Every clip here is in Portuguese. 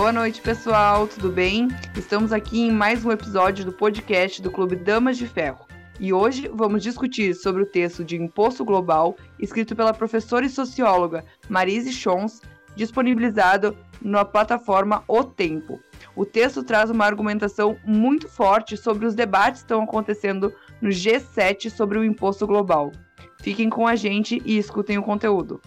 Boa noite, pessoal, tudo bem? Estamos aqui em mais um episódio do podcast do Clube Damas de Ferro. E hoje vamos discutir sobre o texto de Imposto Global, escrito pela professora e socióloga Maryse Schonz, disponibilizado na plataforma O Tempo. O texto traz uma argumentação muito forte sobre os debates que estão acontecendo no G7 sobre o imposto global. Fiquem com a gente e escutem o conteúdo.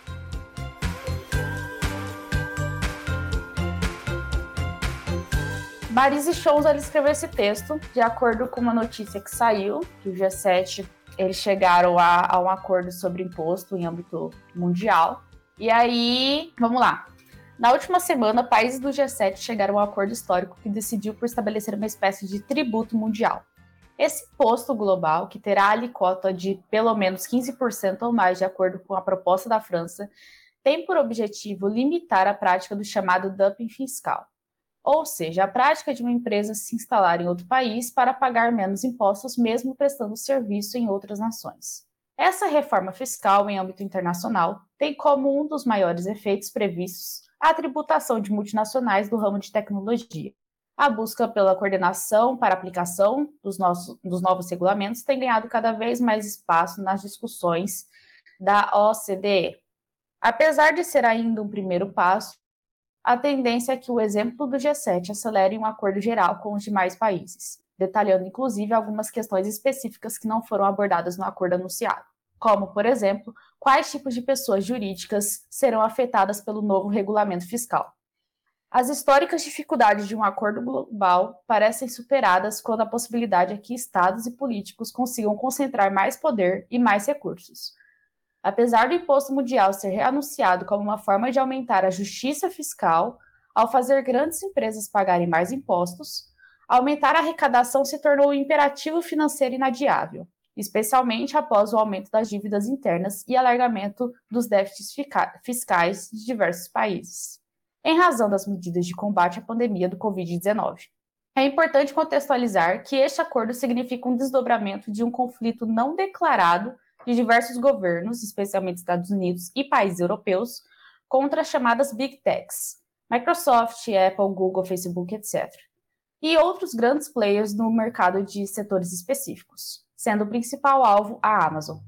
Maryse Schonz escreveu esse texto de acordo com uma notícia que saiu, que o G7 eles chegaram a um acordo sobre imposto em âmbito mundial. E aí, vamos lá. Na última semana, países do G7 chegaram a um acordo histórico que decidiu por estabelecer uma espécie de tributo mundial. Esse imposto global, que terá a alíquota de pelo menos 15% ou mais, de acordo com a proposta da França, tem por objetivo limitar a prática do chamado dumping fiscal. Ou seja, a prática de uma empresa se instalar em outro país para pagar menos impostos, mesmo prestando serviço em outras nações. Essa reforma fiscal em âmbito internacional tem como um dos maiores efeitos previstos a tributação de multinacionais do ramo de tecnologia. A busca pela coordenação para a aplicação dos novos regulamentos tem ganhado cada vez mais espaço nas discussões da OCDE. Apesar de ser ainda um primeiro passo, a tendência é que o exemplo do G7 acelere um acordo geral com os demais países, detalhando inclusive algumas questões específicas que não foram abordadas no acordo anunciado, como, por exemplo, quais tipos de pessoas jurídicas serão afetadas pelo novo regulamento fiscal. As históricas dificuldades de um acordo global parecem superadas quando a possibilidade é que estados e políticos consigam concentrar mais poder e mais recursos. Apesar do imposto mundial ser reanunciado como uma forma de aumentar a justiça fiscal, ao fazer grandes empresas pagarem mais impostos, aumentar a arrecadação se tornou um imperativo financeiro inadiável, especialmente após o aumento das dívidas internas e alargamento dos déficits fiscais de diversos países, em razão das medidas de combate à pandemia do Covid-19. É importante contextualizar que este acordo significa um desdobramento de um conflito não declarado de diversos governos, especialmente Estados Unidos e países europeus, contra as chamadas Big Techs, Microsoft, Apple, Google, Facebook, etc. E outros grandes players no mercado de setores específicos, sendo o principal alvo a Amazon.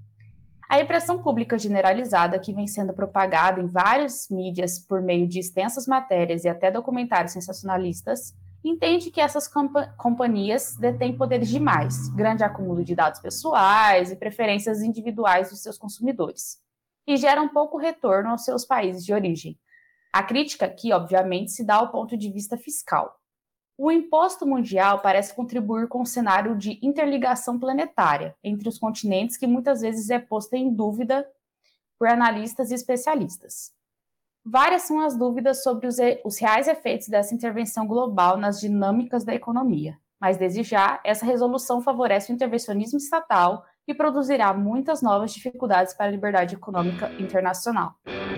A impressão pública generalizada, que vem sendo propagada em várias mídias por meio de extensas matérias e até documentários sensacionalistas, entende que essas companhias detêm poderes demais, grande acúmulo de dados pessoais e preferências individuais dos seus consumidores, e geram pouco retorno aos seus países de origem. A crítica aqui, obviamente, se dá ao ponto de vista fiscal. O imposto mundial parece contribuir com um cenário de interligação planetária entre os continentes que muitas vezes é posta em dúvida por analistas e especialistas. Várias são as dúvidas sobre os reais efeitos dessa intervenção global nas dinâmicas da economia, mas desde já, essa resolução favorece o intervencionismo estatal e produzirá muitas novas dificuldades para a liberdade econômica internacional.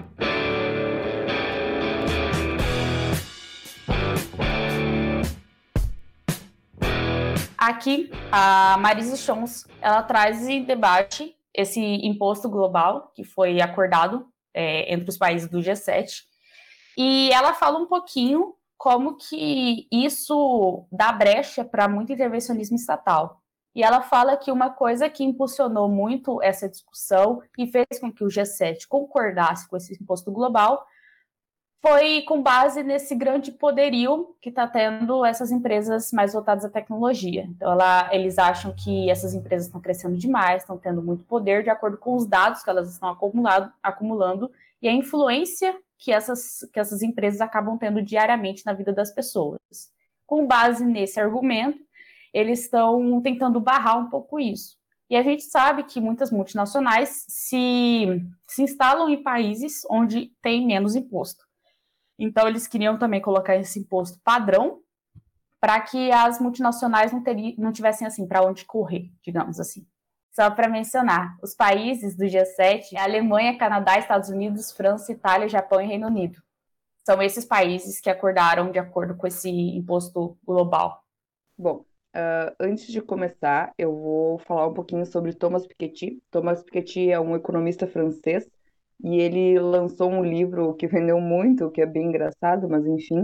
Aqui, a Maryse Schonz, ela traz em debate esse imposto global que foi acordado entre os países do G7, e ela fala um pouquinho como que isso dá brecha para muito intervencionismo estatal. E ela fala que uma coisa que impulsionou muito essa discussão e fez com que o G7 concordasse com esse imposto global foi com base nesse grande poderio que está tendo essas empresas mais voltadas à tecnologia. Então, eles acham que essas empresas estão crescendo demais, estão tendo muito poder de acordo com os dados que elas estão acumulando e a influência que essas empresas acabam tendo diariamente na vida das pessoas. Com base nesse argumento, eles estão tentando barrar um pouco isso. E a gente sabe que muitas multinacionais se instalam em países onde tem menos imposto. Então, eles queriam também colocar esse imposto padrão para que as multinacionais não tivessem assim para onde correr, digamos assim. Só para mencionar, os países do G7, Alemanha, Canadá, Estados Unidos, França, Itália, Japão e Reino Unido. São esses países que acordaram de acordo com esse imposto global. Bom, antes de começar, eu vou falar um pouquinho sobre Thomas Piketty. Thomas Piketty é um economista francês e ele lançou um livro que vendeu muito, que é bem engraçado, mas enfim,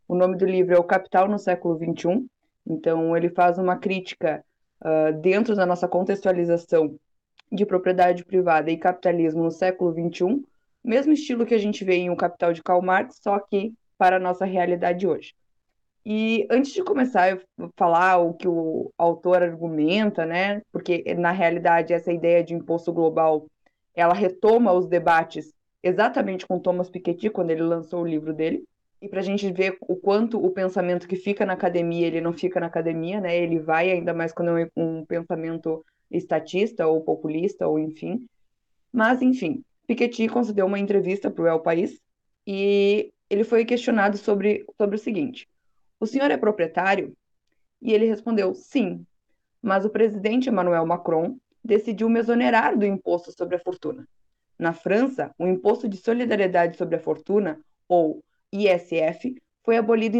O nome do livro é O Capital no Século XXI. Então, ele faz uma crítica dentro da nossa contextualização de propriedade privada e capitalismo no século XXI, mesmo estilo que a gente vê em O Capital de Karl Marx, só que para a nossa realidade hoje. E antes de começar a falar o que o autor argumenta, né, porque na realidade essa ideia de imposto global, ela retoma os debates exatamente com Thomas Piketty, quando ele lançou o livro dele, e para a gente ver o quanto o pensamento que fica na academia, ele não fica na academia, né, ele vai ainda mais quando é um pensamento estatista ou populista, ou enfim. Mas, enfim, Piketty concedeu uma entrevista para o El País e ele foi questionado sobre o seguinte: o senhor é proprietário? E ele respondeu: sim, mas o presidente Emmanuel Macron decidiu me exonerar do imposto sobre a fortuna. Na França, o Imposto de Solidariedade sobre a Fortuna, ou ISF, foi abolido em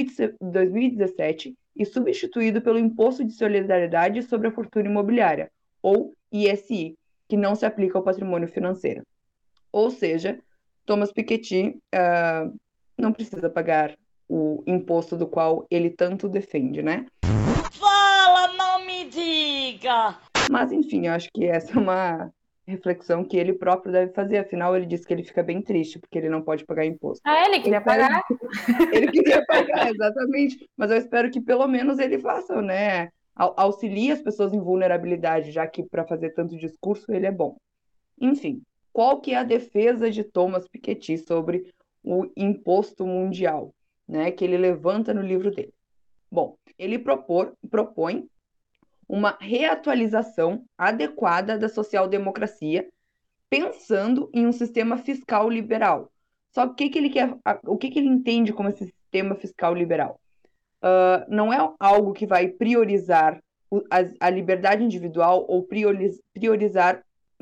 2017 e substituído pelo Imposto de Solidariedade sobre a Fortuna Imobiliária, ou ISI, que não se aplica ao patrimônio financeiro. Ou seja, Thomas Piketty não precisa pagar o imposto do qual ele tanto defende, né? Fala, não me diga! Mas, enfim, eu acho que essa é uma reflexão que ele próprio deve fazer. Afinal, ele disse que ele fica bem triste porque ele não pode pagar imposto. Ele queria pagar. Ele queria pagar, exatamente. Mas eu espero que pelo menos ele faça, né? Auxilie as pessoas em vulnerabilidade, já que para fazer tanto discurso ele é bom. Enfim, qual que é a defesa de Thomas Piketty sobre o imposto mundial, né? Que ele levanta no livro dele? Bom, ele propõe uma reatualização adequada da social-democracia, pensando em um sistema fiscal liberal. Só que o que ele entende como esse sistema fiscal liberal? Não é algo que vai priorizar a liberdade individual ou priorizar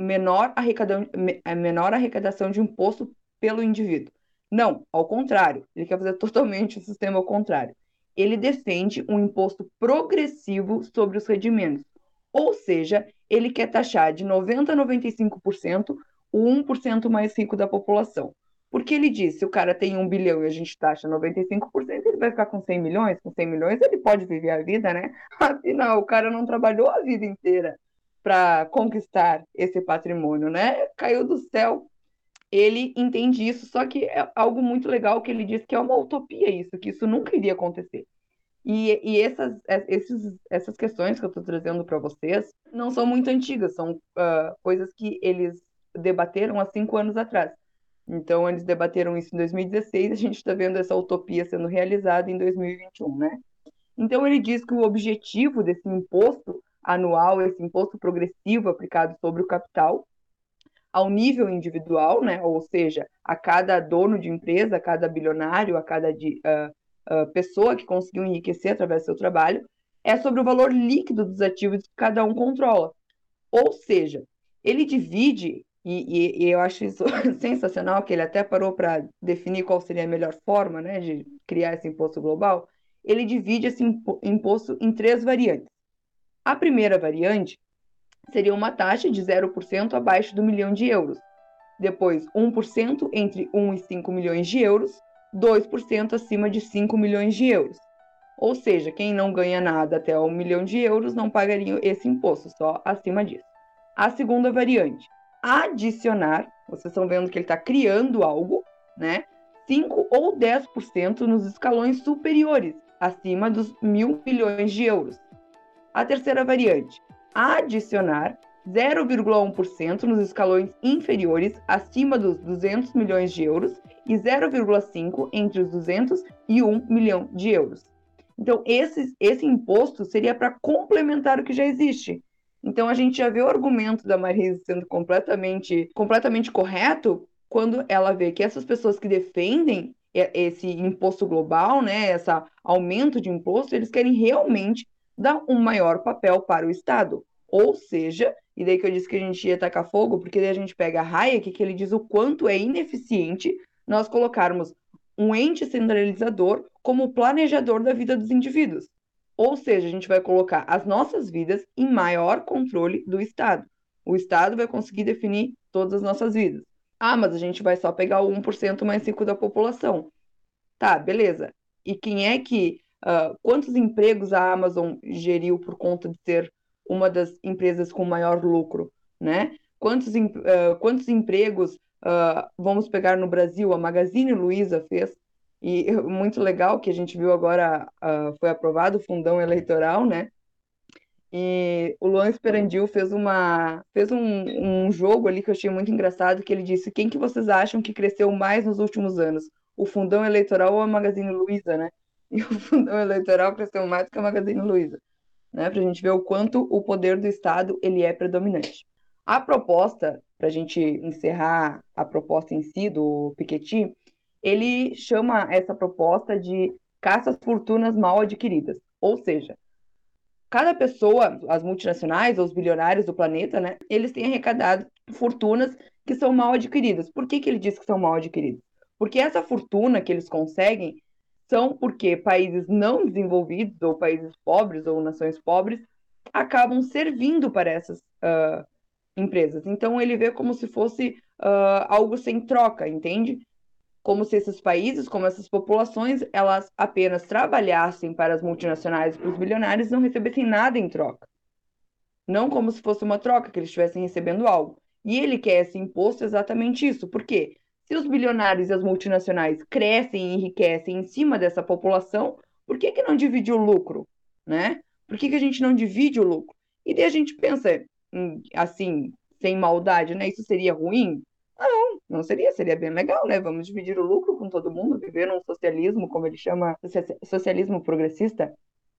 menor arrecadação de imposto pelo indivíduo. Não, ao contrário, ele quer fazer totalmente o sistema ao contrário. Ele defende um imposto progressivo sobre os rendimentos, ou seja, ele quer taxar de 90% a 95% o 1% mais rico da população. Porque ele diz, se o cara tem 1 bilhão e a gente taxa 95%, ele vai ficar com 100 milhões? Com 100 milhões ele pode viver a vida, né? Afinal, o cara não trabalhou a vida inteira para conquistar esse patrimônio, né? Caiu do céu. Ele entende isso, só que é algo muito legal que ele diz que é uma utopia isso, que isso nunca iria acontecer. E essas questões que eu estou trazendo para vocês não são muito antigas, são coisas que eles debateram há 5 anos atrás. Então, eles debateram isso em 2016, a gente está vendo essa utopia sendo realizada em 2021, né? Então, ele diz que o objetivo desse imposto anual, esse imposto progressivo aplicado sobre o capital, ao nível individual, né? Ou seja, a cada dono de empresa, a cada bilionário, a cada pessoa que conseguiu enriquecer através do seu trabalho, é sobre o valor líquido dos ativos que cada um controla. Ou seja, ele divide, e eu acho isso sensacional, que ele até parou para definir qual seria a melhor forma, né, de criar esse imposto global. Ele divide esse imposto em 3 variantes. A primeira variante seria uma taxa de 0% abaixo do 1 milhão de euros. Depois, 1% entre 1 e 5 milhões de euros, 2% acima de 5 milhões de euros. Ou seja, quem não ganha nada até 1 milhão de euros não pagaria esse imposto, só acima disso. A segunda variante, adicionar, vocês estão vendo que ele está criando algo, né? 5 ou 10% nos escalões superiores, acima dos 1.000 milhões de euros. A terceira variante, adicionar 0,1% nos escalões inferiores, acima dos 200 milhões de euros, e 0,5% entre os 200 e 1 milhão de euros. Então, esse imposto seria para complementar o que já existe. Então, a gente já vê o argumento da Marisa sendo completamente correto quando ela vê que essas pessoas que defendem esse imposto global, né, esse aumento de imposto, eles querem realmente dar um maior papel para o Estado. Ou seja, e daí que eu disse que a gente ia tacar fogo, porque daí a gente pega a Hayek, que ele diz o quanto é ineficiente nós colocarmos um ente centralizador como planejador da vida dos indivíduos. Ou seja, a gente vai colocar as nossas vidas em maior controle do Estado. O Estado vai conseguir definir todas as nossas vidas. Ah, mas a gente vai só pegar o 1% mais rico da população. Tá, beleza. E quem é que, quantos empregos a Amazon geriu por conta de ser uma das empresas com maior lucro, né? Quantos empregos, vamos pegar no Brasil, a Magazine Luiza fez, e muito legal que a gente viu agora, foi aprovado o fundão eleitoral, né? E o Luan Esperandil fez um jogo ali que eu achei muito engraçado, que ele disse: quem que vocês acham que cresceu mais nos últimos anos? O fundão eleitoral ou a Magazine Luiza, né? E o fundão eleitoral cresceu mais do que a Magazine Luiza, né? Para a gente ver o quanto o poder do Estado ele é predominante. A proposta, para a gente encerrar a proposta em si do Piketty, ele chama essa proposta de caça às fortunas mal adquiridas. Ou seja, cada pessoa, as multinacionais ou os bilionários do planeta, né, eles têm arrecadado fortunas que são mal adquiridas. Por que ele diz que são mal adquiridas? Porque essa fortuna que eles conseguem são porque países não desenvolvidos, ou países pobres, ou nações pobres, acabam servindo para essas empresas. Então ele vê como se fosse algo sem troca, entende? Como se esses países, como essas populações, elas apenas trabalhassem para as multinacionais e para os bilionários e não recebessem nada em troca. Não como se fosse uma troca, que eles estivessem recebendo algo. E ele quer esse imposto exatamente isso. Por quê? Se os bilionários e as multinacionais crescem e enriquecem em cima dessa população, por que não divide o lucro? Né? Por que a gente não divide o lucro? E daí a gente pensa, assim, sem maldade, né? Isso seria ruim? Não seria, seria bem legal, né? Vamos dividir o lucro com todo mundo, viver num socialismo, como ele chama, socialismo progressista.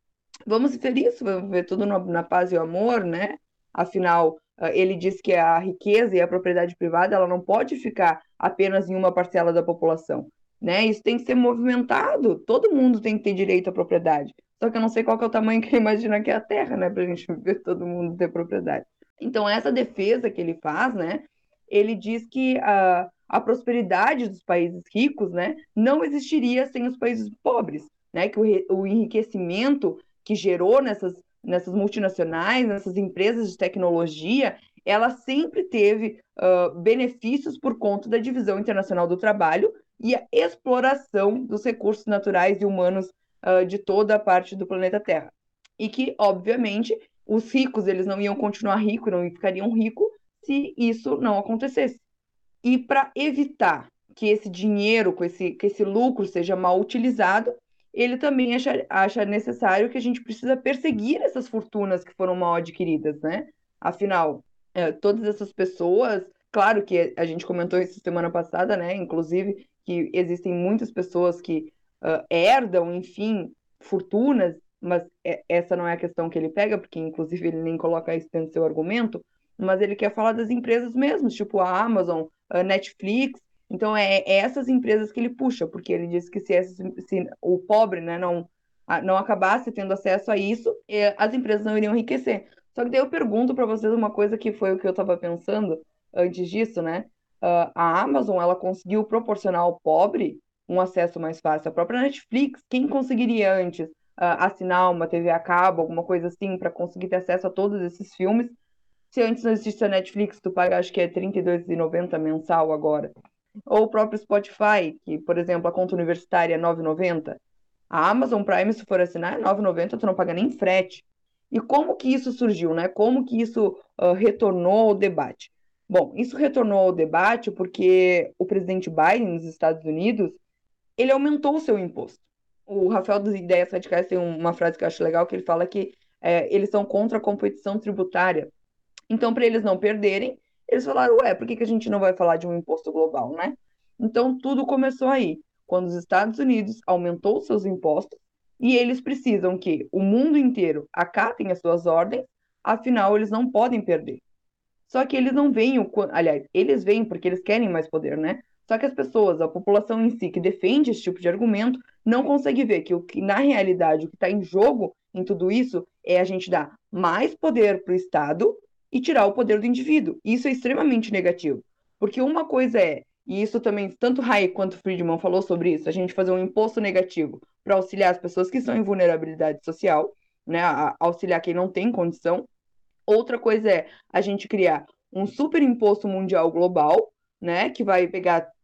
Vamos viver isso, vamos viver tudo na paz e o amor, né? Afinal, ele diz que a riqueza e a propriedade privada, ela não pode ficar apenas em uma parcela da população, né? Isso tem que ser movimentado, todo mundo tem que ter direito à propriedade. Só que eu não sei qual que é o tamanho que ele imagina que é a terra, né? Pra gente viver todo mundo ter propriedade. Então, essa defesa que ele faz, né? Ele diz que a prosperidade dos países ricos, né, não existiria sem os países pobres, né, que o enriquecimento que gerou nessas multinacionais, nessas empresas de tecnologia, ela sempre teve benefícios por conta da divisão internacional do trabalho e a exploração dos recursos naturais e humanos de toda a parte do planeta Terra. E que, obviamente, os ricos eles não iam continuar ricos, não ficariam ricos se isso não acontecesse. E para evitar que esse dinheiro, que esse lucro seja mal utilizado, ele também acha necessário que a gente precisa perseguir essas fortunas que foram mal adquiridas, né? Afinal, todas essas pessoas, claro que a gente comentou isso semana passada, né? Inclusive, que existem muitas pessoas que herdam, enfim, fortunas, mas essa não é a questão que ele pega, porque inclusive ele nem coloca isso dentro do seu argumento, mas ele quer falar das empresas mesmo, tipo a Amazon, a Netflix. Então, é essas empresas que ele puxa, porque ele diz que se o pobre, né, não acabasse tendo acesso a isso, as empresas não iriam enriquecer. Só que daí eu pergunto para vocês uma coisa que foi o que eu estava pensando antes disso, né? A Amazon, ela conseguiu proporcionar ao pobre um acesso mais fácil. A própria Netflix, quem conseguiria antes assinar uma TV a cabo, alguma coisa assim, para conseguir ter acesso a todos esses filmes? Se antes não existisse a Netflix, tu paga, acho que é R$ 32,90 mensal agora. Ou o próprio Spotify, que, por exemplo, a conta universitária é R$ 9,90. A Amazon Prime, se for assinar, é R$ 9,90, tu não paga nem frete. E como que isso surgiu, né? Como que isso retornou ao debate? Bom, isso retornou ao debate porque o presidente Biden, nos Estados Unidos, ele aumentou o seu imposto. O Rafael dos Ideias Radicais tem uma frase que eu acho legal, que ele fala que eles são contra a competição tributária. Então, para eles não perderem, eles falaram, ué, por que a gente não vai falar de um imposto global, né? Então, tudo começou aí, quando os Estados Unidos aumentou seus impostos e eles precisam que o mundo inteiro acatem as suas ordens, afinal, eles não podem perder. Só que eles não veem aliás, eles veem porque eles querem mais poder, né? Só que as pessoas, a população em si, que defende esse tipo de argumento, não consegue ver que, na realidade, o que está em jogo em tudo isso é a gente dar mais poder para o Estado e tirar o poder do indivíduo. E isso é extremamente negativo. Porque uma coisa e isso também, tanto Hayek quanto Friedman falou sobre isso, a gente fazer um imposto negativo para auxiliar as pessoas que estão em vulnerabilidade social, né? Auxiliar quem não tem condição. Outra coisa é a gente criar um super imposto mundial global, né, que vai pegar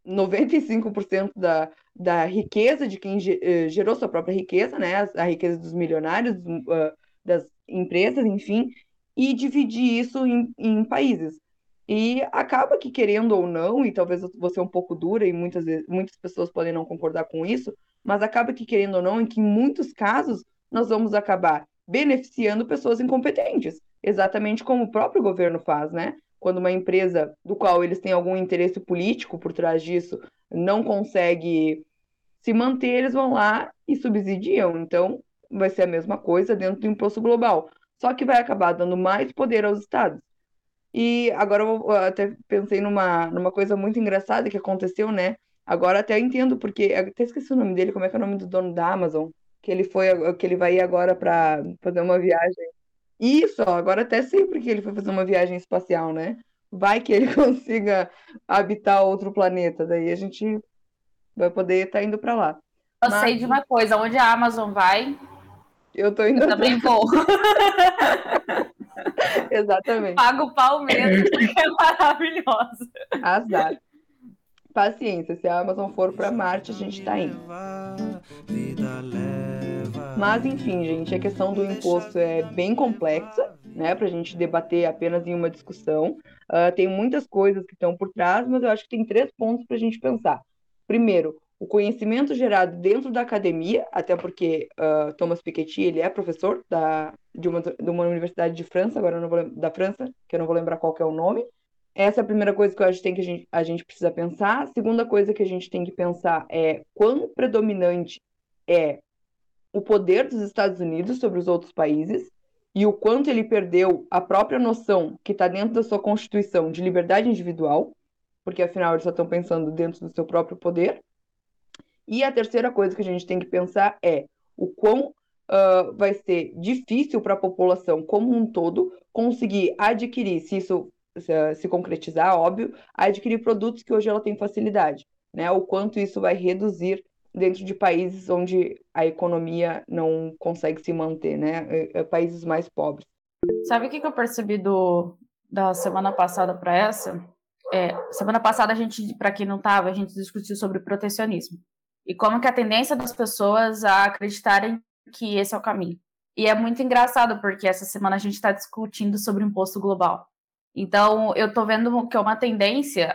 95% da riqueza de quem gerou sua própria riqueza, né? A riqueza dos milionários, das empresas, enfim, e dividir isso em países. E acaba que, querendo ou não, e talvez eu vou ser um pouco dura, e muitas pessoas podem não concordar com isso, mas acaba que, querendo ou não, em que em muitos casos nós vamos acabar beneficiando pessoas incompetentes, exatamente como o próprio governo faz, né? Quando uma empresa do qual eles têm algum interesse político por trás disso não consegue se manter, eles vão lá e subsidiam. Então, vai ser a mesma coisa dentro do imposto global, só que vai acabar dando mais poder aos estados. E agora eu até pensei numa coisa muito engraçada que aconteceu, né? Agora até entendo, porque eu até esqueci o nome dele, como é que é o nome do dono da Amazon? Que ele vai ir agora para fazer uma viagem. Isso, ó, agora até sei porque ele foi fazer uma viagem espacial, né? Vai que ele consiga habitar outro planeta, daí a gente vai poder estar indo para lá. Eu Mas sei de uma coisa, onde a Amazon vai, eu tô indo eu também atrás. vou. Exatamente. Pago o pau mesmo, porque é maravilhosa. Azar. Paciência, se a Amazon for para Marte, a gente tá indo. Mas, enfim, gente, a questão do imposto é bem complexa, né, para a gente debater apenas em uma discussão. Tem muitas coisas que estão por trás, mas eu acho que tem 3 pontos para a gente pensar. Primeiro, o conhecimento gerado dentro da academia, até porque Thomas Piketty, ele é professor de uma universidade de França, agora eu não vou, da França, que eu não vou lembrar qual que é o nome. Essa é a primeira coisa que eu acho que a gente precisa pensar. A segunda coisa que a gente tem que pensar é quão predominante é o poder dos Estados Unidos sobre os outros países e o quanto ele perdeu a própria noção que está dentro da sua Constituição de liberdade individual, porque afinal eles só estão pensando dentro do seu próprio poder. E a terceira coisa que a gente tem que pensar é o quão vai ser difícil para a população como um todo conseguir adquirir, se isso se concretizar, óbvio, adquirir produtos que hoje ela tem facilidade, né? O quanto isso vai reduzir dentro de países onde a economia não consegue se manter, né? Países mais pobres. Sabe o que eu percebi da semana passada para essa? Semana passada, para quem não estava, a gente discutiu sobre protecionismo. E como que a tendência das pessoas a acreditarem que esse é o caminho. E é muito engraçado, porque essa semana a gente está discutindo sobre o imposto global. Então, eu tô vendo que é uma tendência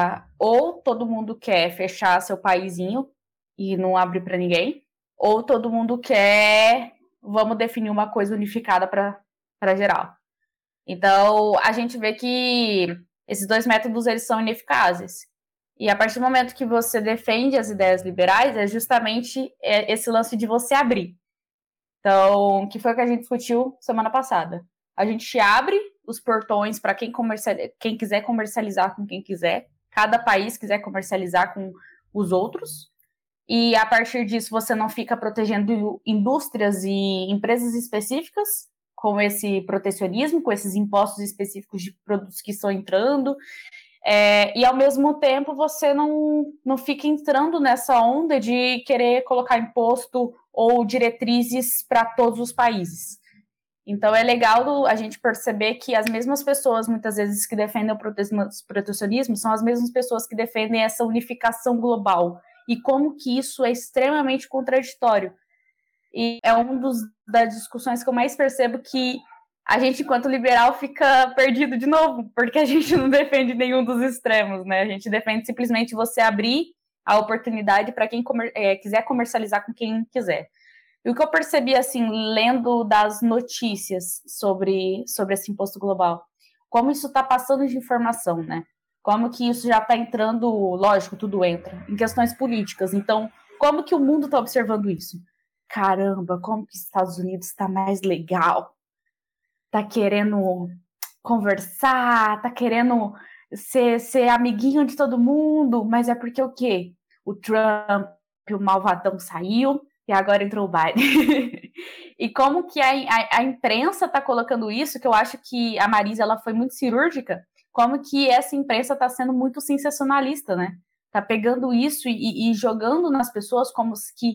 ou todo mundo quer fechar seu paizinho e não abrir para ninguém, ou todo mundo quer, vamos definir uma coisa unificada para geral. Então, a gente vê que esses dois métodos, eles são ineficazes. E a partir do momento que você defende as ideias liberais, é justamente esse lance de você abrir. Então, que foi o que a gente discutiu semana passada. A gente abre os portões para quem quiser comercializar com quem quiser, cada país quiser comercializar com os outros, e a partir disso você não fica protegendo indústrias e empresas específicas com esse protecionismo, com esses impostos específicos de produtos que estão entrando, e ao mesmo tempo você não fica entrando nessa onda de querer colocar imposto ou diretrizes para todos os países. Então é legal a gente perceber que as mesmas pessoas, muitas vezes, que defendem o protecionismo são as mesmas pessoas que defendem essa unificação global. E como que isso é extremamente contraditório. E é uma das discussões que eu mais percebo que a gente, enquanto liberal, fica perdido de novo, porque a gente não defende nenhum dos extremos, né? A gente defende simplesmente você abrir a oportunidade para quem quiser comercializar com quem quiser. E o que eu percebi, assim, lendo das notícias sobre esse imposto global, como isso está passando de informação, né? Como que isso já está entrando, lógico, tudo entra, em questões políticas. Então, como que o mundo está observando isso? Caramba, como que os Estados Unidos está mais legal? Tá querendo conversar, tá querendo ser amiguinho de todo mundo, mas é porque o quê? O Trump, o malvadão, saiu e agora entrou o Biden. E como que a imprensa tá colocando isso, que eu acho que a Marisa, ela foi muito cirúrgica, como que essa imprensa tá sendo muito sensacionalista, né? Tá pegando isso e jogando nas pessoas como que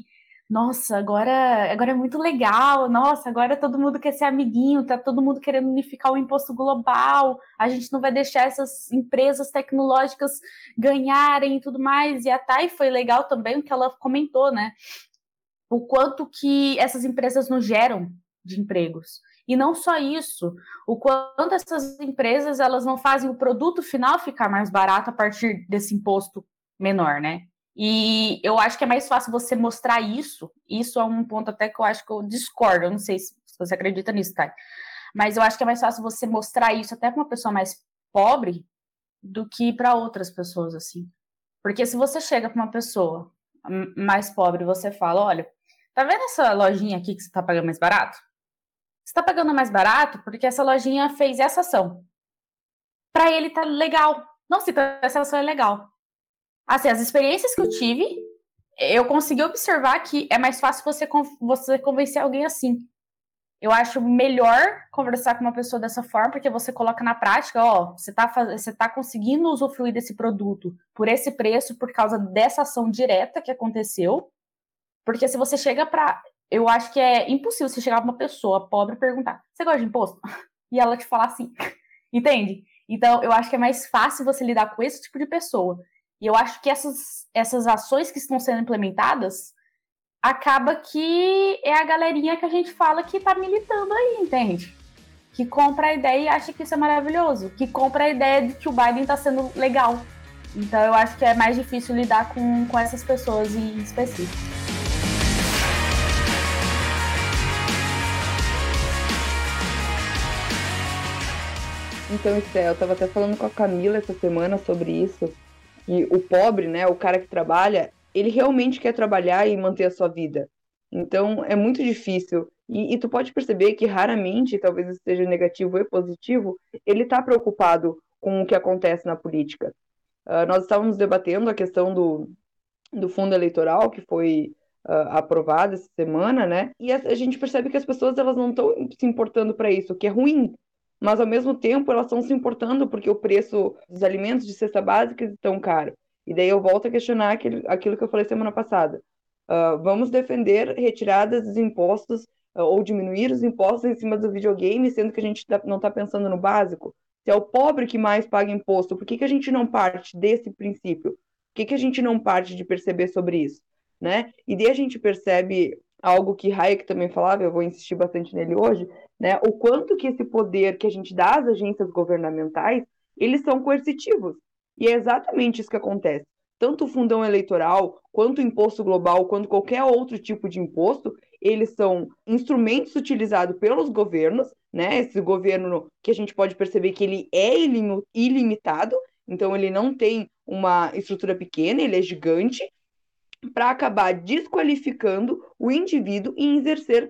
nossa, agora é muito legal, nossa, agora todo mundo quer ser amiguinho, tá todo mundo querendo unificar o imposto global, a gente não vai deixar essas empresas tecnológicas ganharem e tudo mais. E a Thay foi legal também o que ela comentou, né? O quanto que essas empresas nos geram de empregos. E não só isso, o quanto essas empresas elas não fazem o produto final ficar mais barato a partir desse imposto menor, né? E eu acho que é mais fácil você mostrar isso. Isso é um ponto até que eu acho que eu discordo. Eu não sei se você acredita nisso, Thay. Mas eu acho que é mais fácil você mostrar isso até para uma pessoa mais pobre do que para outras pessoas, assim. Porque se você chega para uma pessoa mais pobre e você fala, olha, tá vendo essa lojinha aqui que você tá pagando mais barato? Você tá pagando mais barato porque essa lojinha fez essa ação. Para ele tá legal. Não, se essa ação é legal. Assim, as experiências que eu tive, eu consegui observar que é mais fácil você convencer alguém assim. Eu acho melhor conversar com uma pessoa dessa forma, porque você coloca na prática, ó, você tá conseguindo usufruir desse produto por esse preço, por causa dessa ação direta que aconteceu. Porque se você chega pra. Eu acho que é impossível você chegar pra uma pessoa pobre e perguntar: você gosta de imposto? E ela te falar assim. Entende? Então, eu acho que é mais fácil você lidar com esse tipo de pessoa. E eu acho que essas ações que estão sendo implementadas acaba que é a galerinha que a gente fala que tá militando aí, entende? Que compra a ideia e acha que isso é maravilhoso. Que compra a ideia de que o Biden tá sendo legal. Então, eu acho que é mais difícil lidar com essas pessoas em específico. Então, Esté, eu tava até falando com a Camila essa semana sobre isso, que o pobre, né, o cara que trabalha, ele realmente quer trabalhar e manter a sua vida. Então, é muito difícil. E tu pode perceber que raramente, talvez isso seja negativo e positivo, ele tá preocupado com o que acontece na política. Nós estávamos debatendo a questão do fundo eleitoral, que foi aprovado essa semana, né? E a gente percebe que as pessoas elas não estão se importando para isso, o que é ruim. Mas, ao mesmo tempo, elas estão se importando porque o preço dos alimentos de cesta básica estão caro. E daí eu volto a questionar aquilo que eu falei semana passada. Vamos defender retiradas dos impostos ou diminuir os impostos em cima do videogame, sendo que a gente não está pensando no básico. Se é o pobre que mais paga imposto, por que a gente não parte desse princípio? Por que a gente não parte de perceber sobre isso? Né? E daí a gente percebe algo que Hayek também falava, eu vou insistir bastante nele hoje, né? O quanto que esse poder que a gente dá às agências governamentais, eles são coercitivos. E é exatamente isso que acontece. Tanto o fundão eleitoral, quanto o imposto global, quanto qualquer outro tipo de imposto, eles são instrumentos utilizados pelos governos, né? Esse governo que a gente pode perceber que ele é ilimitado, então ele não tem uma estrutura pequena, ele é gigante, para acabar desqualificando o indivíduo em exercer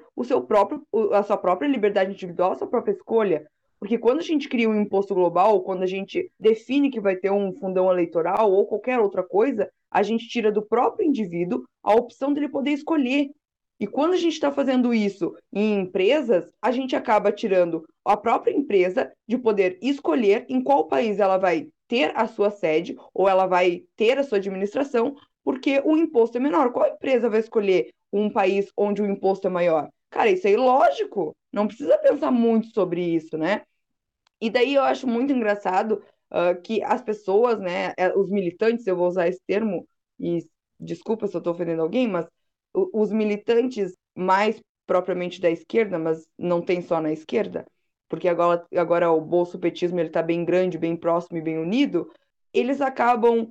a sua própria liberdade individual, a sua própria escolha. Porque quando a gente cria um imposto global, ou quando a gente define que vai ter um fundão eleitoral ou qualquer outra coisa, a gente tira do próprio indivíduo a opção dele poder escolher. E quando a gente está fazendo isso em empresas, a gente acaba tirando a própria empresa de poder escolher em qual país ela vai ter a sua sede ou ela vai ter a sua administração, porque o imposto é menor. Qual empresa vai escolher um país onde o imposto é maior? Cara, isso é ilógico. Não precisa pensar muito sobre isso, né? E daí eu acho muito engraçado que as pessoas, né, os militantes, eu vou usar esse termo, e desculpa se eu estou ofendendo alguém, mas os militantes mais propriamente da esquerda, mas não tem só na esquerda, porque agora o bolsopetismo ele está bem grande, bem próximo e bem unido, eles acabam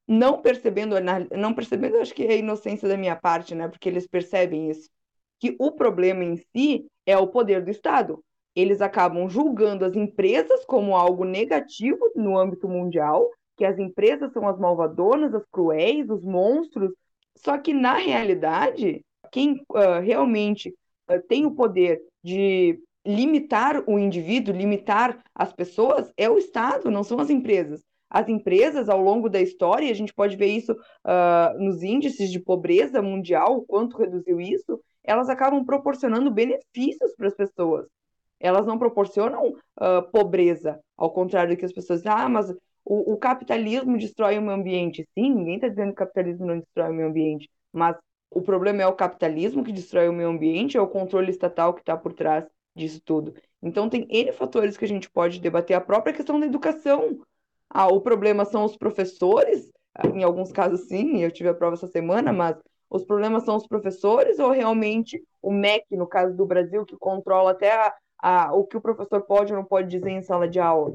não percebendo, acho que é a inocência da minha parte, né? Porque eles percebem isso, que o problema em si é o poder do Estado. Eles acabam julgando as empresas como algo negativo no âmbito mundial, que as empresas são as malvadonas, as cruéis, os monstros. Só que, na realidade, quem realmente tem o poder de limitar o indivíduo, limitar as pessoas, é o Estado, não são as empresas. As empresas, ao longo da história, a gente pode ver isso nos índices de pobreza mundial, o quanto reduziu isso, elas acabam proporcionando benefícios para as pessoas. Elas não proporcionam pobreza, ao contrário do que as pessoas dizem, mas o capitalismo destrói o meio ambiente. Sim, ninguém está dizendo que o capitalismo não destrói o meio ambiente, mas o problema é o capitalismo que destrói o meio ambiente, é o controle estatal que está por trás disso tudo. Então, tem N fatores que a gente pode debater. A própria questão da educação. O problema são os professores, em alguns casos sim, eu tive a prova essa semana, mas os problemas são os professores ou realmente o MEC, no caso do Brasil, que controla até o que o professor pode ou não pode dizer em sala de aula?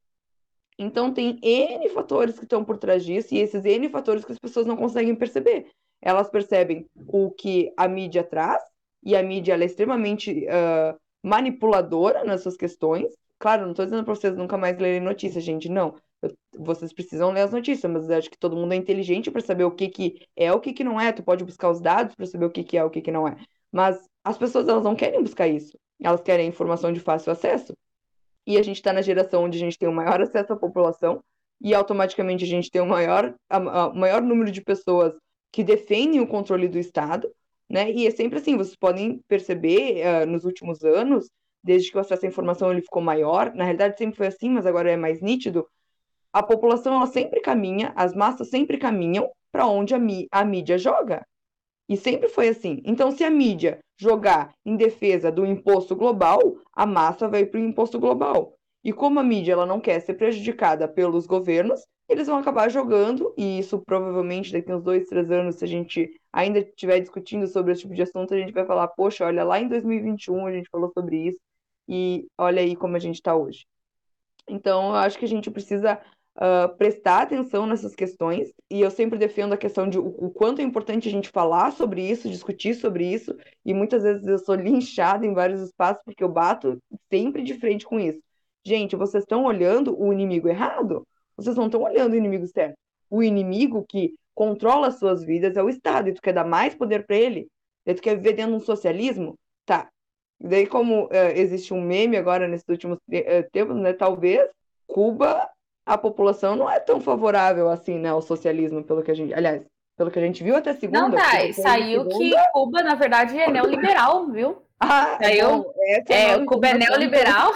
Então, tem N fatores que estão por trás disso, e esses N fatores que as pessoas não conseguem perceber. Elas percebem o que a mídia traz, e a mídia ela é extremamente manipuladora nas suas questões. Claro, não estou dizendo para vocês nunca mais lerem notícias, gente, não. Vocês precisam ler as notícias, mas eu acho que todo mundo é inteligente para saber o que é, o que não é. Tu pode buscar os dados para saber o que é, o que não é. Mas as pessoas elas não querem buscar isso. Elas querem informação de fácil acesso. E a gente está na geração onde a gente tem o maior acesso à população e automaticamente a gente tem o maior número de pessoas que defendem o controle do Estado, né? E é sempre assim, vocês podem perceber nos últimos anos, desde que o acesso à informação ele ficou maior, na realidade sempre foi assim, mas agora é mais nítido, a população ela sempre caminha, as massas sempre caminham para onde a mídia joga. E sempre foi assim. Então, se a mídia jogar em defesa do imposto global, a massa vai para o imposto global. E como a mídia ela não quer ser prejudicada pelos governos, eles vão acabar jogando, e isso provavelmente daqui uns 2, 3 anos, se a gente ainda estiver discutindo sobre esse tipo de assunto, a gente vai falar, poxa, olha, lá em 2021 a gente falou sobre isso, e olha aí como a gente está hoje. Então, eu acho que a gente precisa prestar atenção nessas questões, e eu sempre defendo a questão de o quanto é importante a gente falar sobre isso, discutir sobre isso, e muitas vezes eu sou linchada em vários espaços porque eu bato sempre de frente com isso. Gente, vocês estão olhando o inimigo errado? Vocês não estão olhando o inimigo certo. O inimigo que controla as suas vidas é o Estado, e tu quer dar mais poder para ele? E tu quer viver dentro de um socialismo? Tá. Daí, como existe um meme agora nesses últimos tempos, né? Talvez Cuba, a população não é tão favorável assim, né, ao socialismo, pelo que a gente, aliás, pelo que a gente viu até Não, segunda. tá, saiu que Cuba, na verdade, é neoliberal, viu? Saiu, Cuba é neoliberal.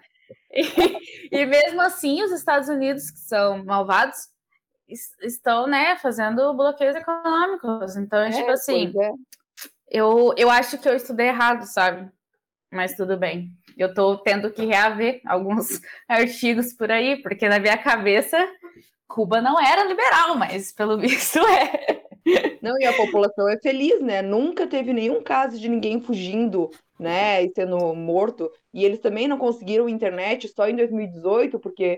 E mesmo assim, os Estados Unidos, que são malvados, estão, né, fazendo bloqueios econômicos. Então, tipo assim, eu acho que eu estudei errado, sabe? Mas tudo bem. Eu tô tendo que reaver alguns artigos por aí, porque na minha cabeça Cuba não era liberal, mas pelo visto é. Não, e a população é feliz, né? Nunca teve nenhum caso de ninguém fugindo, né, e sendo morto. E eles também não conseguiram internet só em 2018, porque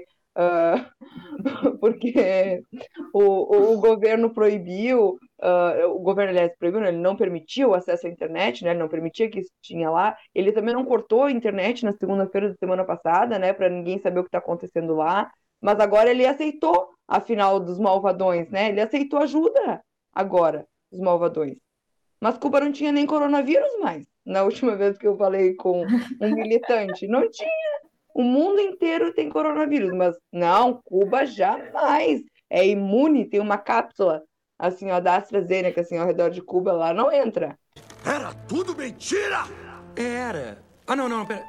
porque o governo proibiu, o governo, aliás, proibiu, ele não permitiu o acesso à internet, né? Ele não permitia que isso tinha lá. Ele também não cortou a internet na segunda-feira da semana passada, né? Para ninguém saber o que está acontecendo lá. Mas agora ele aceitou, afinal, dos malvadões, né? Ele aceitou ajuda agora, dos malvadões. Mas Cuba não tinha nem coronavírus mais. Na última vez que eu falei com um militante, não tinha. O mundo inteiro tem coronavírus, mas não, Cuba jamais. É imune, tem uma cápsula, assim, ó, da AstraZeneca, assim, ao redor de Cuba, lá não entra. Era tudo mentira! Era. Não, pera.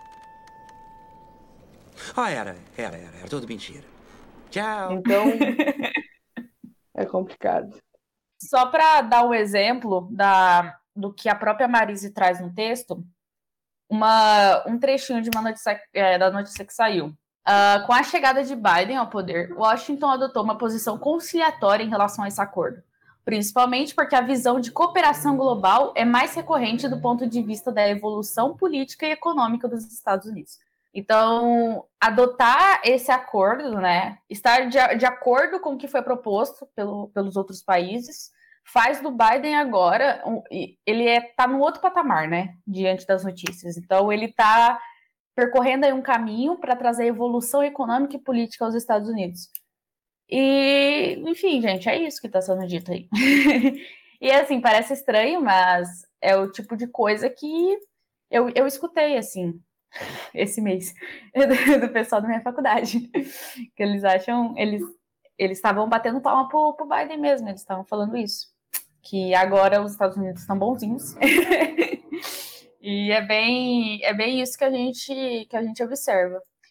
Era tudo mentira. Tchau. Então, é complicado. Só para dar um exemplo do que a própria Marise traz no texto, um trechinho de uma notícia, da notícia que saiu. Com a chegada de Biden ao poder, Washington adotou uma posição conciliatória em relação a esse acordo, principalmente porque a visão de cooperação global é mais recorrente do ponto de vista da evolução política e econômica dos Estados Unidos. Então, adotar esse acordo, né, estar de acordo com o que foi proposto pelos outros países, faz do Biden agora, ele está no outro patamar, né, diante das notícias. Então, ele está percorrendo aí um caminho para trazer evolução econômica e política aos Estados Unidos. E, enfim, gente, é isso que está sendo dito aí. E, assim, parece estranho, mas é o tipo de coisa que eu escutei, assim, esse mês, do pessoal da minha faculdade. Que eles acham, eles estavam batendo palma pro Biden mesmo, eles estavam falando isso. Que agora os Estados Unidos estão bonzinhos. E é bem isso que a gente observa.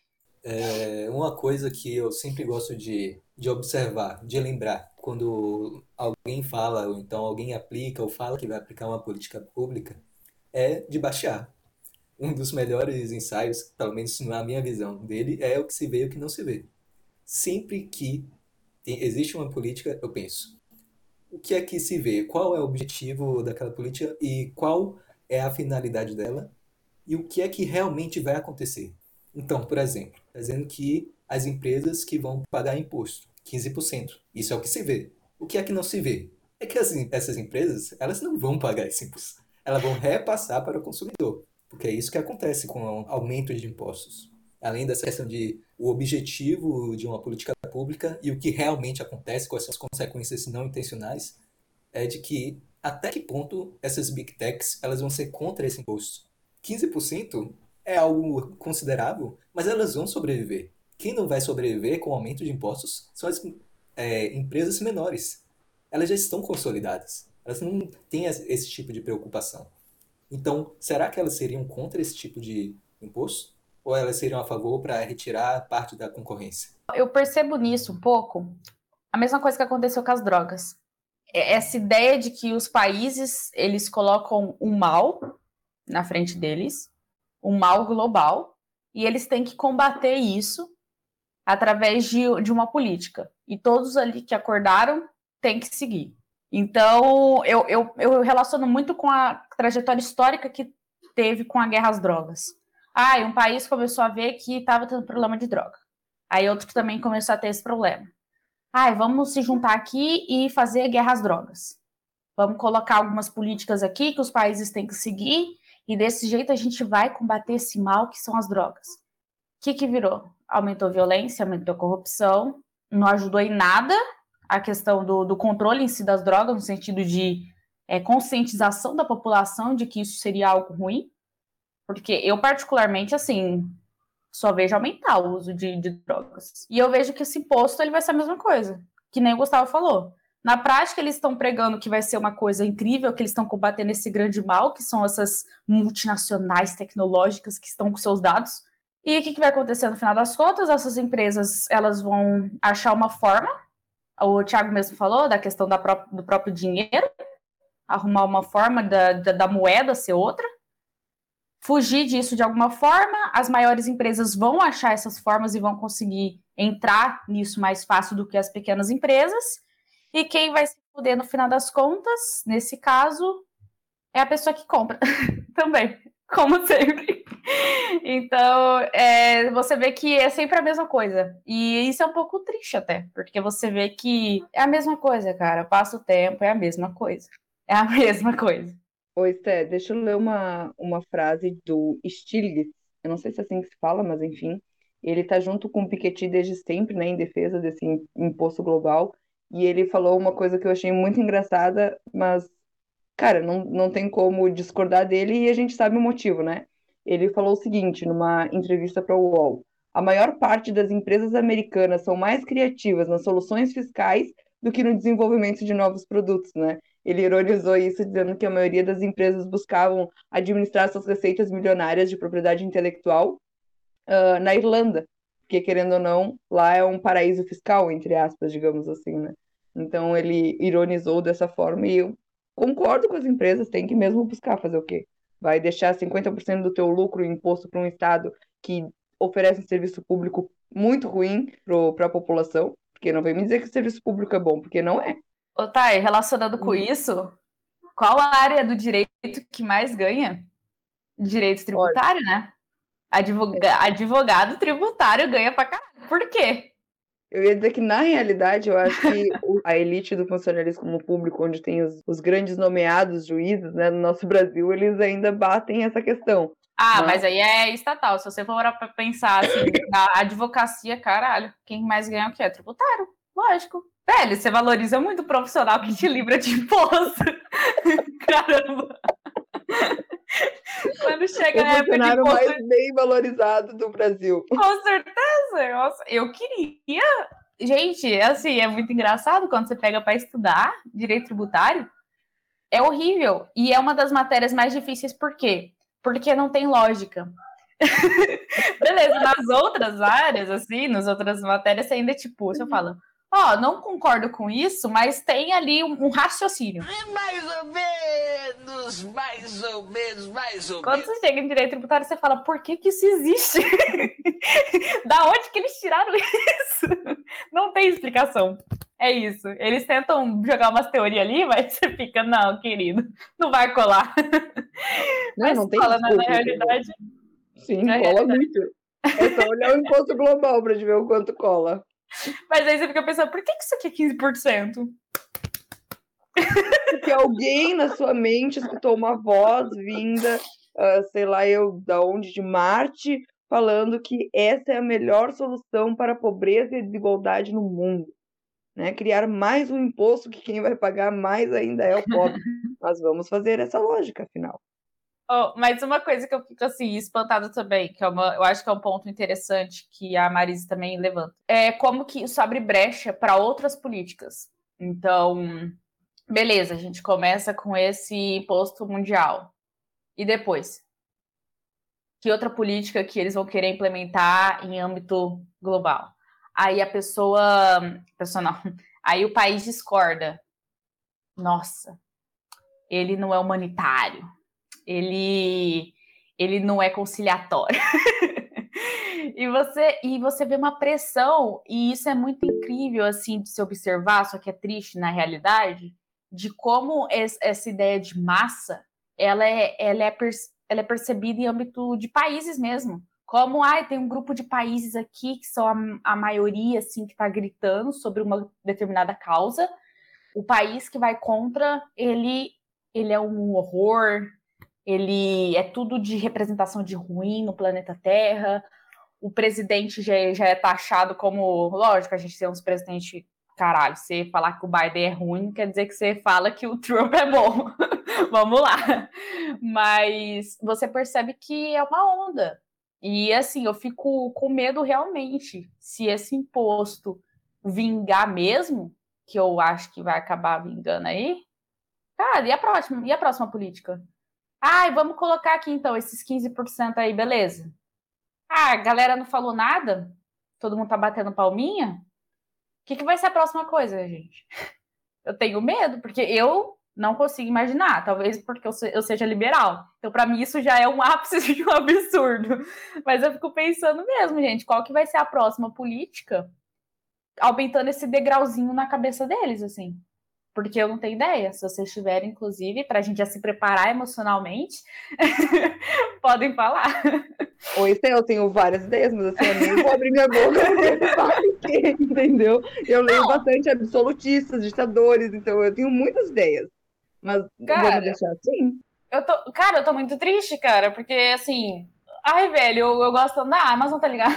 Uma coisa que eu sempre gosto de observar, de lembrar, quando alguém fala, ou então alguém aplica ou fala que vai aplicar uma política pública, é de baixar. Um dos melhores ensaios, pelo menos na minha visão dele, é o que se vê e o que não se vê. Sempre que existe uma política, eu penso, o que é que se vê? Qual é o objetivo daquela política e qual é a finalidade dela? E o que é que realmente vai acontecer? Então, por exemplo, está dizendo que as empresas que vão pagar imposto, 15%. Isso é o que se vê. O que é que não se vê? É que essas empresas, elas não vão pagar esse imposto. Elas vão repassar para o consumidor. Porque é isso que acontece com o aumento de impostos. Além dessa questão de o objetivo de uma política pública e o que realmente acontece, quais são as consequências não intencionais, é de que até que ponto essas big techs elas vão ser contra esse imposto. 15% é algo considerável, mas elas vão sobreviver. Quem não vai sobreviver com o aumento de impostos são as empresas menores. Elas já estão consolidadas. Elas não têm esse tipo de preocupação. Então, será que elas seriam contra esse tipo de imposto? Ou elas seriam a favor para retirar parte da concorrência? Eu percebo nisso um pouco a mesma coisa que aconteceu com as drogas. Essa ideia de que os países, eles colocam um mal na frente deles, um mal global, e eles têm que combater isso através de uma política. E todos ali que acordaram têm que seguir. Então, eu relaciono muito com a trajetória histórica que teve com a guerra às drogas. Um país começou a ver que estava tendo problema de droga. Aí outro também começou a ter esse problema. Vamos se juntar aqui e fazer guerra às drogas. Vamos colocar algumas políticas aqui que os países têm que seguir e desse jeito a gente vai combater esse mal que são as drogas. O que virou? Aumentou a violência, aumentou a corrupção, não ajudou em nada a questão do controle em si das drogas, no sentido de conscientização da população de que isso seria algo ruim. Porque eu, particularmente, assim, só vejo aumentar o uso de drogas. E eu vejo que esse imposto ele vai ser a mesma coisa, que nem o Gustavo falou. Na prática, eles estão pregando que vai ser uma coisa incrível, que eles estão combatendo esse grande mal, que são essas multinacionais tecnológicas que estão com seus dados. E o que vai acontecer no final das contas? Essas empresas elas vão achar uma forma, o Thiago mesmo falou, da questão do próprio dinheiro, arrumar uma forma da moeda ser outra, fugir disso de alguma forma, as maiores empresas vão achar essas formas e vão conseguir entrar nisso mais fácil do que as pequenas empresas, e quem vai se fuder no final das contas, nesse caso, é a pessoa que compra também, como sempre. Então, você vê que é sempre a mesma coisa, e isso é um pouco triste até, porque você vê que é a mesma coisa, cara, passa o tempo, é a mesma coisa, é a mesma coisa. Oi, Sté, deixa eu ler uma frase do Stiglitz, eu não sei se é assim que se fala, mas enfim, ele está junto com o Piketty desde sempre, né, em defesa desse imposto global, e ele falou uma coisa que eu achei muito engraçada, mas, cara, não tem como discordar dele e a gente sabe o motivo, né? Ele falou o seguinte, numa entrevista para o UOL, a maior parte das empresas americanas são mais criativas nas soluções fiscais do que no desenvolvimento de novos produtos, né? Ele ironizou isso dizendo que a maioria das empresas buscavam administrar suas receitas milionárias de propriedade intelectual na Irlanda, porque, querendo ou não, lá é um paraíso fiscal, entre aspas, digamos assim, né? Então ele ironizou dessa forma e eu concordo com as empresas, tem que mesmo buscar fazer o quê? Vai deixar 50% do teu lucro em imposto para um estado que oferece um serviço público muito ruim para a população, porque não vem me dizer que o serviço público é bom, porque não é. Ô, Thay, relacionado com isso, qual a área do direito que mais ganha? Direito tributário, né? Advogado tributário ganha pra caralho. Por quê? Eu ia dizer que, na realidade, eu acho que a elite do funcionalismo público, onde tem os grandes nomeados juízes, né, no nosso Brasil, eles ainda batem essa questão. Mas aí é estatal. Se você for pra pensar assim, na advocacia, caralho, quem mais ganha é o quê? É tributário, lógico. Velho, você valoriza muito o profissional que te livra de imposto. Caramba. Quando chega o na época de imposto... mais bem valorizado do Brasil. Com certeza. Nossa, eu queria... Gente, assim, é muito engraçado quando você pega para estudar direito tributário. É horrível. E é uma das matérias mais difíceis, por quê? Porque não tem lógica. Beleza, nas outras áreas, assim, nas outras matérias, você ainda, tipo, você fala, não concordo com isso, mas tem ali um raciocínio. Mais ou menos, mais ou menos, mais ou Quando menos. você chega em direito tributário, você fala, por que isso existe? Da onde que eles tiraram isso? Não tem explicação. É isso. Eles tentam jogar umas teorias ali, mas você fica, não, querido, não vai colar. Mas Não tem cola, na desculpa. realidade. Sim, Na cola muito. É só olhar o imposto global pra gente ver o quanto cola. Mas aí você fica pensando, por que isso aqui é 15%? Porque alguém na sua mente escutou uma voz vinda, sei lá eu, da onde, de Marte, falando que essa é a melhor solução para a pobreza e a desigualdade no mundo. Né? Criar mais um imposto que quem vai pagar mais ainda é o pobre. Mas vamos fazer essa lógica, afinal. Mas uma coisa que eu fico assim, espantada também, que eu acho que é um ponto interessante que a Marise também levanta, é como que isso abre brecha para outras políticas. Então, beleza, a gente começa com esse imposto mundial. E depois? Que outra política que eles vão querer implementar em âmbito global? Aí a pessoa não, aí o país discorda. Nossa, ele não é humanitário. Ele não é conciliatório. E você vê uma pressão, e isso é muito incrível assim de se observar, só que é triste na realidade, de como essa ideia de massa ela é percebida em âmbito de países mesmo. Como tem um grupo de países aqui que são a maioria assim, que está gritando sobre uma determinada causa. O país que vai contra, ele é um horror, ele é tudo de representação de ruim no planeta Terra. O presidente já é taxado como... Lógico, a gente tem uns presidentes... Caralho, você falar que o Biden é ruim, quer dizer que você fala que o Trump é bom. Vamos lá. Mas você percebe que é uma onda. E, assim, eu fico com medo realmente. Se esse imposto vingar mesmo, que eu acho que vai acabar vingando aí, cara, e a próxima política? Vamos colocar aqui, então, esses 15% aí, beleza. A galera não falou nada? Todo mundo tá batendo palminha? O que vai ser a próxima coisa, gente? Eu tenho medo, porque eu não consigo imaginar. Talvez porque eu seja liberal. Então, para mim, isso já é um ápice de um absurdo. Mas eu fico pensando mesmo, gente, qual que vai ser a próxima política aumentando esse degrauzinho na cabeça deles, assim. Porque eu não tenho ideia. Se vocês tiverem, inclusive, para a gente já se preparar emocionalmente, podem falar. Oi, eu tenho várias ideias, mas assim, eu nem vou abrir minha boca, entendeu? Eu leio bastante absolutistas, ditadores, então eu tenho muitas ideias. Mas vamos deixar assim? Eu tô muito triste, cara, porque assim... velho, eu gosto da Amazon, tá ligado?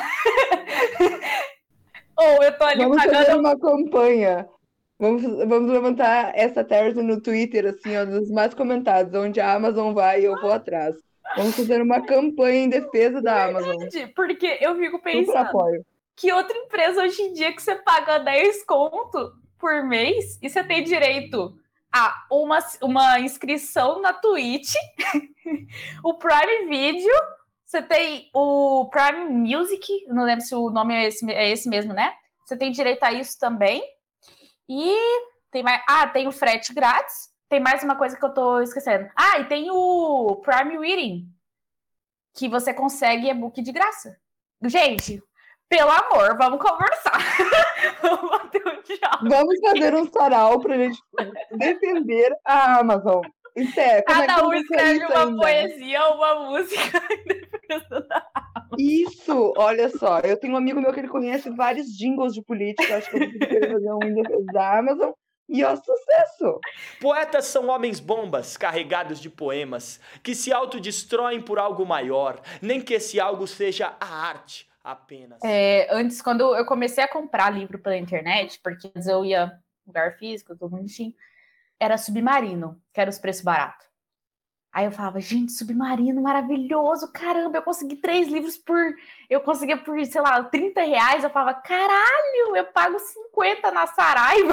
Ou eu tô ali vamos pagando... fazer uma campanha. Vamos levantar essa tese no Twitter, assim, ó, dos mais comentados. Onde a Amazon vai, eu vou atrás. Vamos fazer uma campanha em defesa da Amazon. Porque eu fico Super pensando apoio. Que outra empresa hoje em dia que você paga 10 conto por mês e você tem direito a uma inscrição na Twitch, o Prime Video, você tem o Prime Music, não lembro se o nome é esse mesmo, né? Você tem direito a isso também. E tem mais... tem o frete grátis. Tem mais uma coisa que eu tô esquecendo. E tem o Prime Reading, que você consegue e-book de graça. Gente, pelo amor, vamos conversar. Vamos bater um diálogo. Vamos fazer um sarau pra gente defender a Amazon. Cada um escreve uma poesia ou uma música em defesa da Amazon. Isso, olha só. Eu tenho um amigo meu que ele conhece vários jingles de política. Acho que eu vou querer fazer um em defesa da Amazon. E ó, sucesso! Poetas são homens-bombas carregados de poemas que se autodestroem por algo maior, nem que esse algo seja a arte apenas. Antes, quando eu comecei a comprar livro pela internet, porque antes eu ia em lugar físico, tudo bonitinho, era Submarino, que era os preços baratos. Aí eu falava, gente, Submarino, maravilhoso, caramba, eu consegui 3 livros eu conseguia por, sei lá, R$30. Eu falava, caralho, eu pago 50 na Saraiva.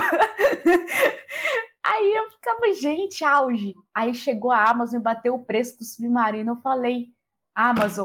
Aí eu ficava, gente, auge. Aí chegou a Amazon e bateu o preço do Submarino. Eu falei, Amazon,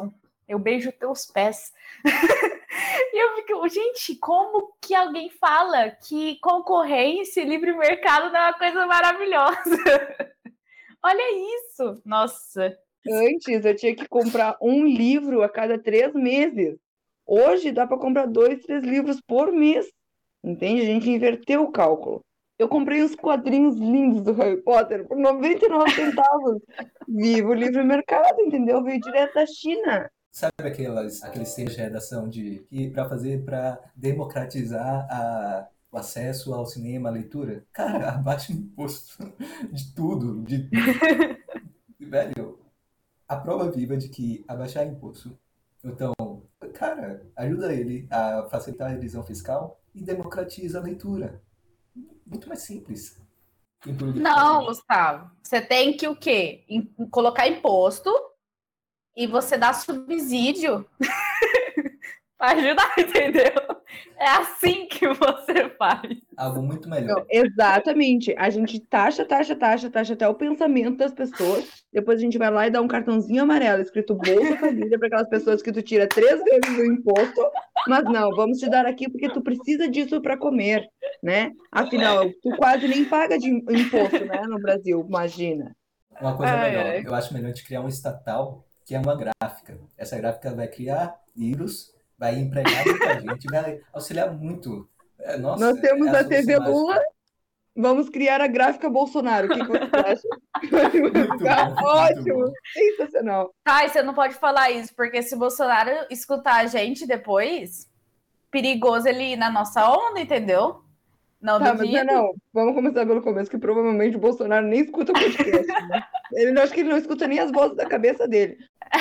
Eu beijo teus pés. E eu fico, gente, como que alguém fala que concorrência e livre mercado não é uma coisa maravilhosa? Olha isso! Nossa! Antes eu tinha que comprar um livro a cada 3 meses. Hoje dá para comprar 2, 3 livros por mês. Entende? A gente inverteu o cálculo. Eu comprei uns quadrinhos lindos do Harry Potter por 99 centavos. Viva o livre mercado, entendeu? Veio direto da China. Sabe aqueles textos de redação para democratizar o acesso ao cinema, à leitura? Cara, abaixa o imposto de tudo. Velho, a prova viva de que abaixar imposto. Então, cara, ajuda ele a facilitar a revisão fiscal e democratiza a leitura. Muito mais simples. Não, Gustavo. Você tem que o quê? Colocar imposto e você dá subsídio para ajudar, entendeu? É assim que você faz. Algo muito melhor. Não, exatamente. A gente taxa até o pensamento das pessoas. Depois a gente vai lá e dá um cartãozinho amarelo escrito Bolsa Família para aquelas pessoas que tu tira 3 vezes o imposto. Mas não, vamos te dar aqui porque tu precisa disso para comer, né? Afinal, tu quase nem paga de imposto, né, no Brasil, imagina. Uma coisa melhor. Eu acho melhor a gente criar um estatal que é uma gráfica. Essa gráfica vai criar livros, vai empregar muita gente, vai auxiliar muito. Nossa, nós temos a TV mágica. Lula, vamos criar a gráfica Bolsonaro. O que você acha? Ótimo, bom. Sensacional. Ai, você não pode falar isso, porque se o Bolsonaro escutar a gente depois, perigoso ele ir na nossa onda, entendeu? Não duvido. Mas não, vamos começar pelo começo, que provavelmente o Bolsonaro nem escuta o podcast, né? Acho que ele não escuta nem as vozes da cabeça dele.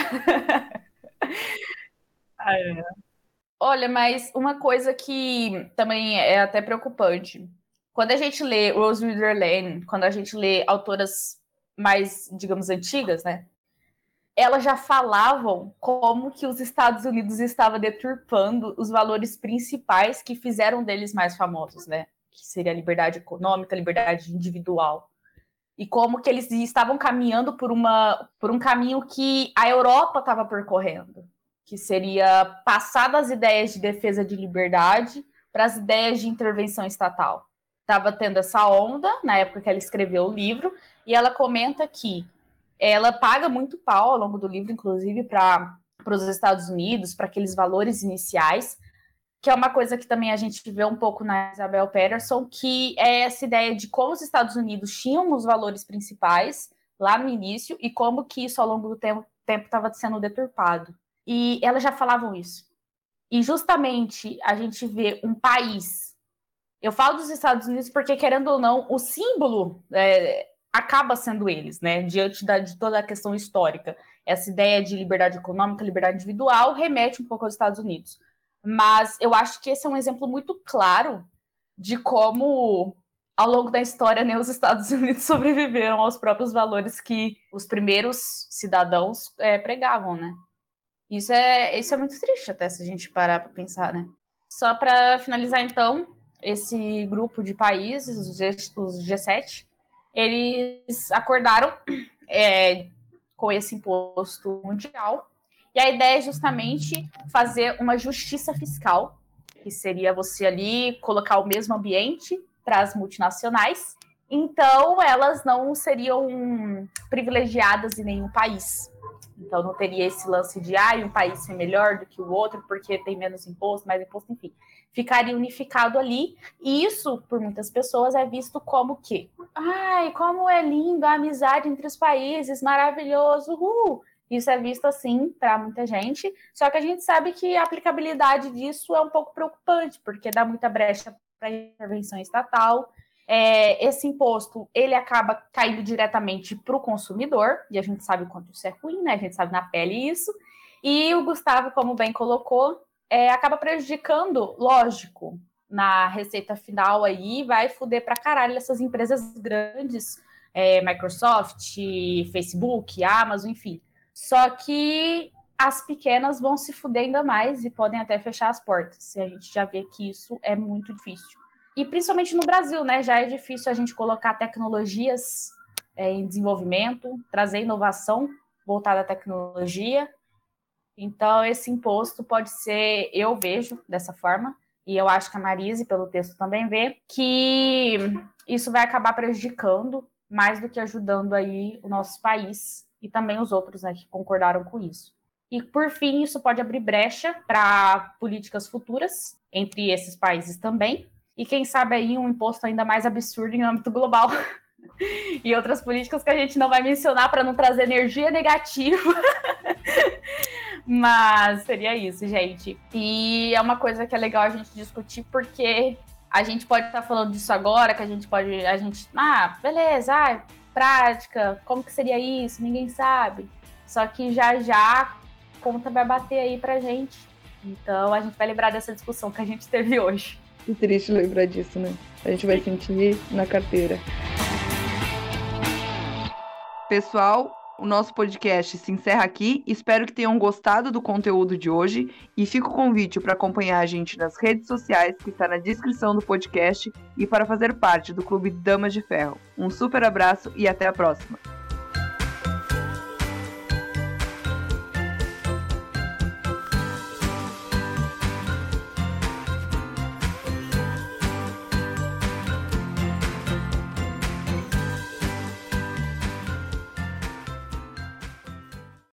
Olha, mas uma coisa que também é até preocupante. Quando a gente lê Rose Ridder Lane, quando a gente lê autoras mais, digamos, antigas, né? Elas já falavam como que os Estados Unidos estavam deturpando os valores principais que fizeram deles mais famosos, né? Que seria a liberdade econômica, a liberdade individual. E como que eles estavam caminhando por um caminho que a Europa estava percorrendo, que seria passar das ideias de defesa de liberdade para as ideias de intervenção estatal. Estava tendo essa onda, na época que ela escreveu o livro, e ela comenta que ela paga muito pau ao longo do livro, inclusive para os Estados Unidos, para aqueles valores iniciais, que é uma coisa que também a gente vê um pouco na Isabel Peterson, que é essa ideia de como os Estados Unidos tinham os valores principais lá no início e como que isso ao longo do tempo estava sendo deturpado. E elas já falavam isso. E justamente a gente vê um país... Eu falo dos Estados Unidos porque, querendo ou não, o símbolo acaba sendo eles, né? Diante de toda a questão histórica. Essa ideia de liberdade econômica, liberdade individual, remete um pouco aos Estados Unidos. Mas eu acho que esse é um exemplo muito claro de como, ao longo da história, né, os Estados Unidos sobreviveram aos próprios valores que os primeiros cidadãos pregavam, né? Isso é muito triste até, se a gente parar para pensar, né? Só para finalizar, então, esse grupo de países, os G7, eles acordaram com esse imposto mundial. E a ideia é justamente fazer uma justiça fiscal, que seria você ali colocar o mesmo ambiente para as multinacionais. Então, elas não seriam privilegiadas em nenhum país. Então, não teria esse lance de um país ser melhor do que o outro porque tem menos imposto, mais imposto, enfim. Ficaria unificado ali. E isso, por muitas pessoas, é visto como que como é lindo a amizade entre os países, maravilhoso, Isso é visto assim para muita gente, só que a gente sabe que a aplicabilidade disso é um pouco preocupante, porque dá muita brecha para intervenção estatal. Esse imposto, ele acaba caindo diretamente para o consumidor, e a gente sabe o quanto isso é ruim, né? A gente sabe na pele isso. E o Gustavo, como bem colocou, acaba prejudicando, lógico, na receita final aí, vai foder para caralho essas empresas grandes, Microsoft, Facebook, Amazon, enfim. Só que as pequenas vão se fuder ainda mais e podem até fechar as portas. E a gente já vê que isso é muito difícil. E principalmente no Brasil, né? Já é difícil a gente colocar tecnologias em desenvolvimento, trazer inovação voltada à tecnologia. Então, esse imposto pode ser, eu vejo dessa forma, e eu acho que a Marise, pelo texto, também vê, que isso vai acabar prejudicando mais do que ajudando aí o nosso país e também os outros, né, que concordaram com isso. E, por fim, isso pode abrir brecha para políticas futuras entre esses países também. E, quem sabe, aí um imposto ainda mais absurdo em âmbito global e outras políticas que a gente não vai mencionar para não trazer energia negativa. Mas seria isso, gente. E é uma coisa que é legal a gente discutir, porque a gente pode estar falando disso agora, que beleza, prática, como que seria isso? Ninguém sabe. Só que já a conta vai bater aí pra gente. Então a gente vai lembrar dessa discussão que a gente teve hoje. Que triste lembrar disso, né? A gente vai sentir na carteira. Pessoal, o nosso podcast se encerra aqui. Espero que tenham gostado do conteúdo de hoje e fica o convite para acompanhar a gente nas redes sociais, que está na descrição do podcast, e para fazer parte do Clube Damas de Ferro. Um super abraço e até a próxima!